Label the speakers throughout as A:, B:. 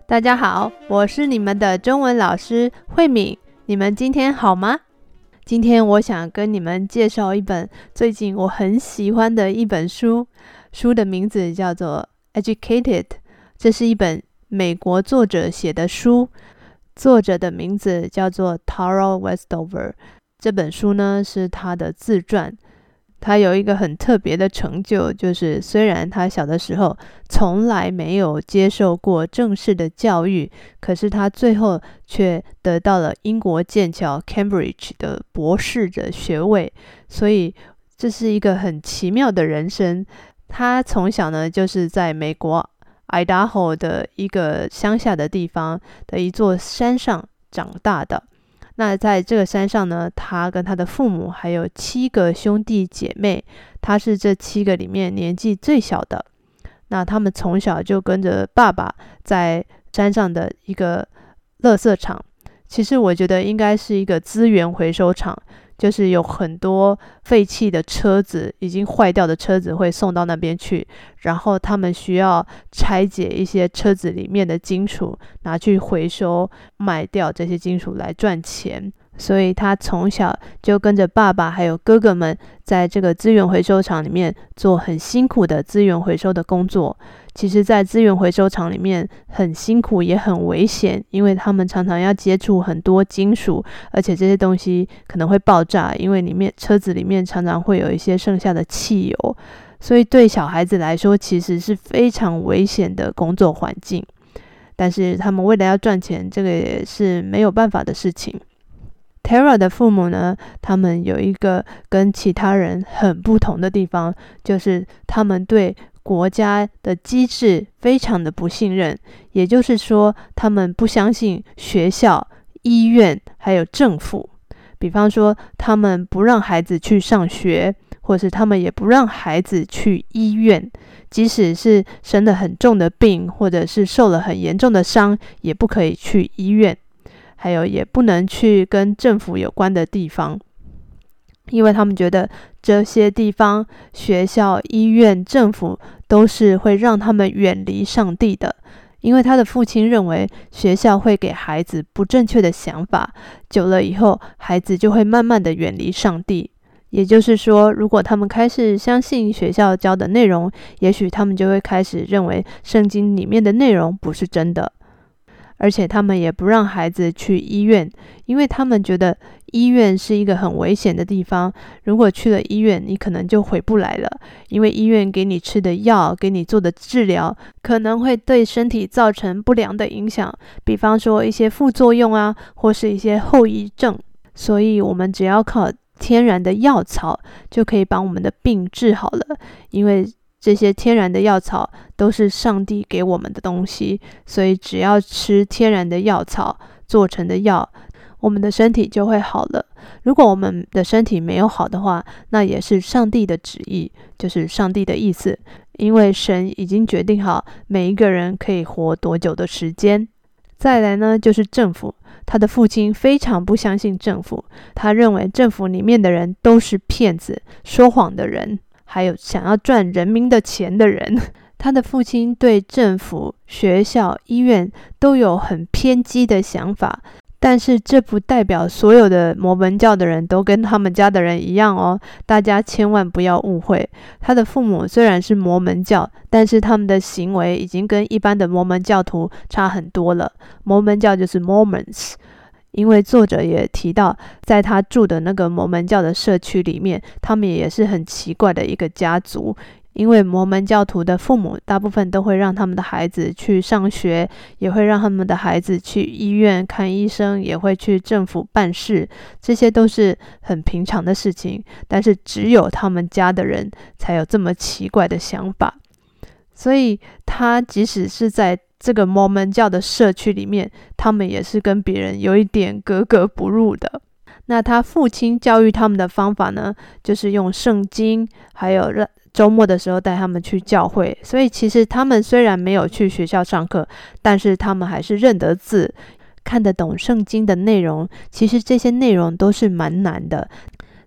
A: 大家好，我是你们的中文老师慧敏，你们今天好吗？今天我想跟你们介绍一本最近我很喜欢的一本书，书的名字叫做 Educated， 这是一本美国作者写的书，作者的名字叫做 Tara Westover。 这本书呢是他的自传，他有一个很特别的成就，就是虽然他小的时候从来没有接受过正式的教育，可是他最后却得到了英国剑桥 Cambridge 的博士的学位，所以这是一个很奇妙的人生。他从小呢就是在美国 Idaho 的一个乡下的地方的一座山上长大的。那在这个山上呢，他跟他的父母还有7个兄弟姐妹，他是这7个里面年纪最小的。那他们从小就跟着爸爸在山上的一个垃圾场，其实我觉得应该是一个资源回收场，就是有很多废弃的车子，已经坏掉的车子会送到那边去，然后他们需要拆解一些车子里面的金属，拿去回收，卖掉这些金属来赚钱。所以他从小就跟着爸爸还有哥哥们在这个资源回收厂里面做很辛苦的资源回收的工作。其实在资源回收厂里面很辛苦也很危险，因为他们常常要接触很多金属，而且这些东西可能会爆炸，因为车子里面常常会有一些剩下的汽油，所以对小孩子来说其实是非常危险的工作环境。但是他们为了要赚钱，这个也是没有办法的事情。Tara 的父母呢，他们有一个跟其他人很不同的地方，就是他们对国家的机制非常的不信任，也就是说他们不相信学校、医院还有政府。比方说他们不让孩子去上学，或是他们也不让孩子去医院，即使是生了很重的病，或者是受了很严重的伤，也不可以去医院，还有也不能去跟政府有关的地方，因为他们觉得这些地方，学校、医院、政府都是会让他们远离上帝的。因为他的父亲认为学校会给孩子不正确的想法，久了以后孩子就会慢慢的远离上帝。也就是说，如果他们开始相信学校教的内容，也许他们就会开始认为圣经里面的内容不是真的。而且他们也不让孩子去医院，因为他们觉得医院是一个很危险的地方，如果去了医院你可能就回不来了，因为医院给你吃的药，给你做的治疗可能会对身体造成不良的影响，比方说一些副作用啊，或是一些后遗症。所以我们只要靠天然的药草就可以把我们的病治好了，因为这些天然的药草都是上帝给我们的东西，所以只要吃天然的药草做成的药，我们的身体就会好了。如果我们的身体没有好的话，那也是上帝的旨意，就是上帝的意思，因为神已经决定好每一个人可以活多久的时间。再来呢，就是政府。他的父亲非常不相信政府，他认为政府里面的人都是骗子、说谎的人，还有想要赚人民的钱的人。他的父亲对政府、学校、医院都有很偏激的想法，但是这不代表所有的摩门教的人都跟他们家的人一样哦，大家千万不要误会。他的父母虽然是摩门教，但是他们的行为已经跟一般的摩门教徒差很多了。摩门教就是 Mormons， 因为作者也提到，在他住的那个摩门教的社区里面，他们也是很奇怪的一个家族。因为摩门教徒的父母大部分都会让他们的孩子去上学，也会让他们的孩子去医院看医生，也会去政府办事，这些都是很平常的事情，但是只有他们家的人才有这么奇怪的想法。所以他即使是在这个摩门教的社区里面，他们也是跟别人有一点格格不入的。那他父亲教育他们的方法呢，就是用圣经，还有周末的时候带他们去教会。所以其实他们虽然没有去学校上课，但是他们还是认得字，看得懂圣经的内容。其实这些内容都是蛮难的，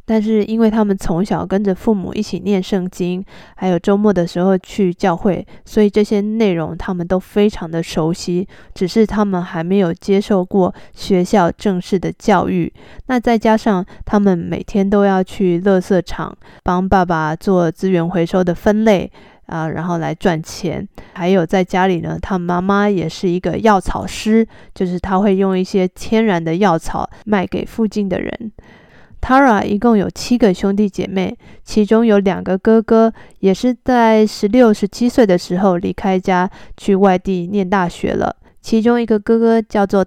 A: 但是因为他们从小跟着父母一起念圣经，还有周末的时候去教会，所以这些内容他们都非常的熟悉，只是他们还没有接受过学校正式的教育。那再加上他们每天都要去垃圾场帮爸爸做资源回收的分类然后来赚钱。还有在家里呢，他妈妈也是一个药草师，就是他会用一些天然的药草卖给附近的人。Tara 一共有7个兄弟姐妹，其中有2个哥哥也是在16、17岁的时候离开家去外地念大学了。其中一个哥哥叫做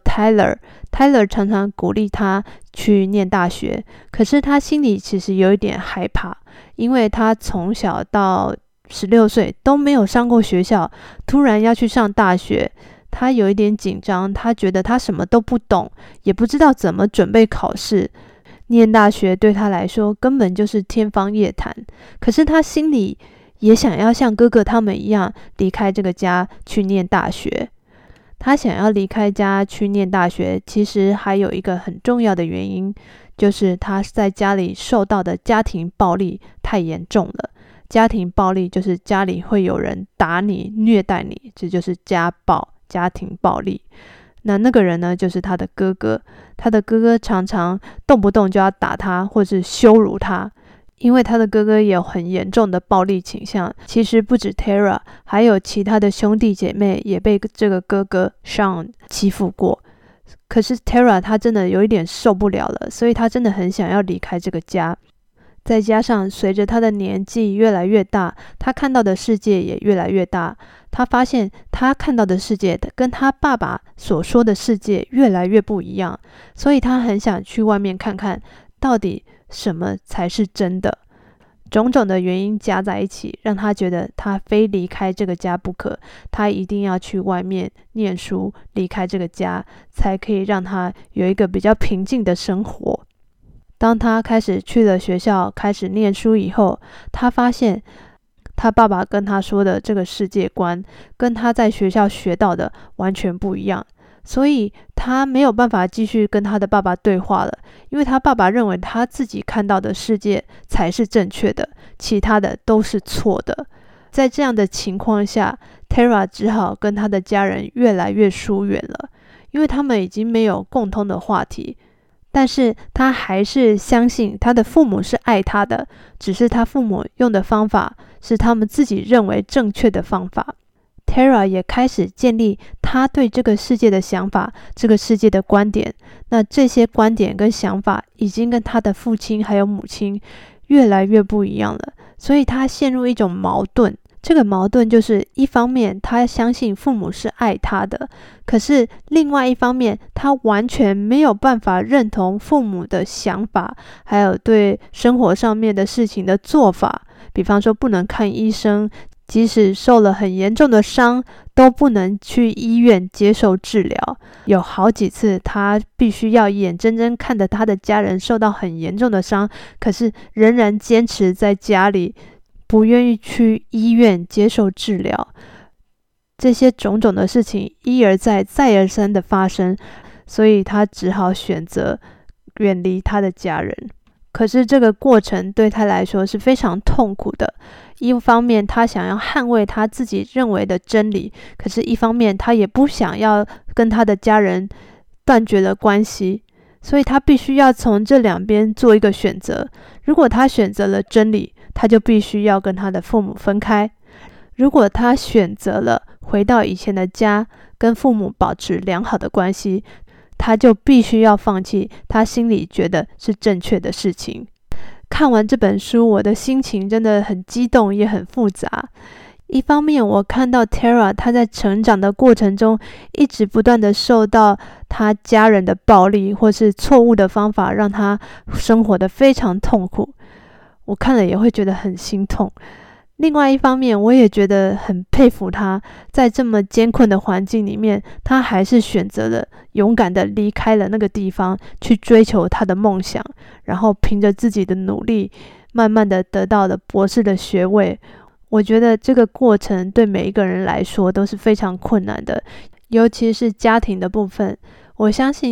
A: Tyler 常常鼓励他去念大学，可是他心里其实有一点害怕，因为他从小到16岁都没有上过学校，突然要去上大学，他有一点紧张，他觉得他什么都不懂，也不知道怎么准备考试。念大学对他来说根本就是天方夜谭，可是他心里也想要像哥哥他们一样离开这个家去念大学。他想要离开家去念大学，其实还有一个很重要的原因，就是他在家里受到的家庭暴力太严重了。家庭暴力就是家里会有人打你、虐待你，这就是家暴、家庭暴力。那个人呢，就是他的哥哥。他的哥哥常常动不动就要打他，或是羞辱他，因为他的哥哥也有很严重的暴力倾向。其实不止 Tara， 还有其他的兄弟姐妹也被这个哥哥 Sean 欺负过。可是 Tara 他真的有一点受不了了，所以他真的很想要离开这个家。再加上随着他的年纪越来越大，他看到的世界也越来越大，他发现他看到的世界跟他爸爸所说的世界越来越不一样，所以他很想去外面看看到底什么才是真的。种种的原因加在一起，让他觉得他非离开这个家不可，他一定要去外面念书，离开这个家，才可以让他有一个比较平静的生活。当他开始去了学校，开始念书以后，他发现他爸爸跟他说的这个世界观跟他在学校学到的完全不一样，所以他没有办法继续跟他的爸爸对话了，因为他爸爸认为他自己看到的世界才是正确的，其他的都是错的。在这样的情况下， Tara 只好跟他的家人越来越疏远了，因为他们已经没有共同的话题。但是他还是相信他的父母是爱他的，只是他父母用的方法是他们自己认为正确的方法。Tara 也开始建立他对这个世界的想法，这个世界的观点。那这些观点跟想法已经跟他的父亲还有母亲越来越不一样了，所以他陷入一种矛盾。这个矛盾就是一方面他相信父母是爱他的，可是另外一方面他完全没有办法认同父母的想法，还有对生活上面的事情的做法。比方说不能看医生，即使受了很严重的伤都不能去医院接受治疗。有好几次他必须要眼睁睁看着他的家人受到很严重的伤，可是仍然坚持在家里，不愿意去医院接受治疗。这些种种的事情一而再再而三的发生，所以他只好选择远离他的家人。可是这个过程对他来说是非常痛苦的，一方面他想要捍卫他自己认为的真理，可是一方面他也不想要跟他的家人断绝了关系，所以他必须要从这两边做一个选择。如果他选择了真理，他就必须要跟他的父母分开；如果他选择了回到以前的家，跟父母保持良好的关系，他就必须要放弃他心里觉得是正确的事情。看完这本书，我的心情真的很激动，也很复杂。一方面我看到 Tara 他在成长的过程中一直不断的受到他家人的暴力或是错误的方法，让他生活得非常痛苦，我看了也会觉得很心痛。另外一方面我也觉得很佩服他，在这么艰困的环境里面，他还是选择了勇敢的离开了那个地方，去追求他的梦想，然后凭着自己的努力慢慢的得到了博士的学位。我觉得这个过程对每一个人来说都是非常困难的，尤其是家庭的部分。我相信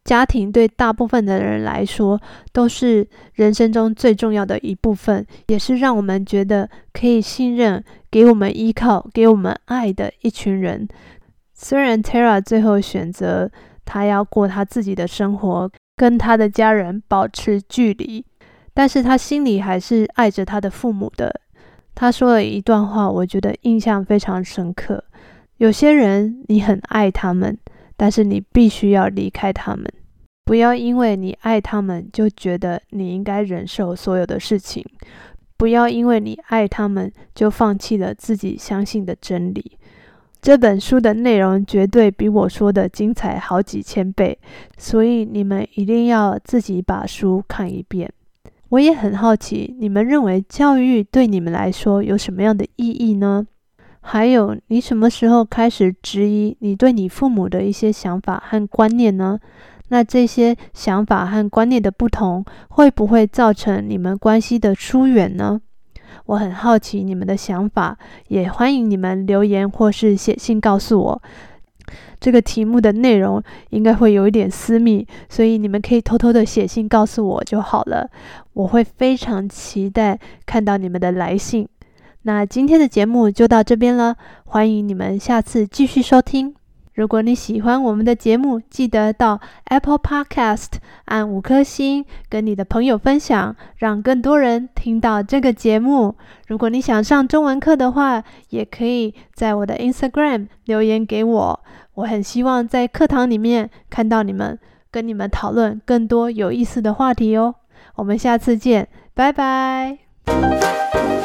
A: 家庭对大部分的人来说都是人生中最重要的一部分，也是让我们觉得可以信任、给我们依靠、给我们爱的一群人。虽然 Tara 最后选择她要过她自己的生活，跟她的家人保持距离，但是她心里还是爱着她的父母的。她说了一段话，我觉得印象非常深刻。有些人你很爱他们，但是你必须要离开他们。不要因为你爱他们就觉得你应该忍受所有的事情，不要因为你爱他们就放弃了自己相信的真理。这本书的内容绝对比我说的精彩好几千倍，所以你们一定要自己把书看一遍。我也很好奇，你们认为教育对你们来说有什么样的意义呢？还有，你什么时候开始质疑你对你父母的一些想法和观念呢？那这些想法和观念的不同，会不会造成你们关系的疏远呢？我很好奇你们的想法，也欢迎你们留言或是写信告诉我。这个题目的内容应该会有一点私密，所以你们可以偷偷的写信告诉我就好了。我会非常期待看到你们的来信。那今天的节目就到这边了，欢迎你们下次继续收听。如果你喜欢我们的节目，记得到 Apple Podcast 按5颗星，跟你的朋友分享，让更多人听到这个节目。如果你想上中文课的话，也可以在我的 Instagram 留言给我，我很希望在课堂里面看到你们，跟你们讨论更多有意思的话题哦。我们下次见，拜拜。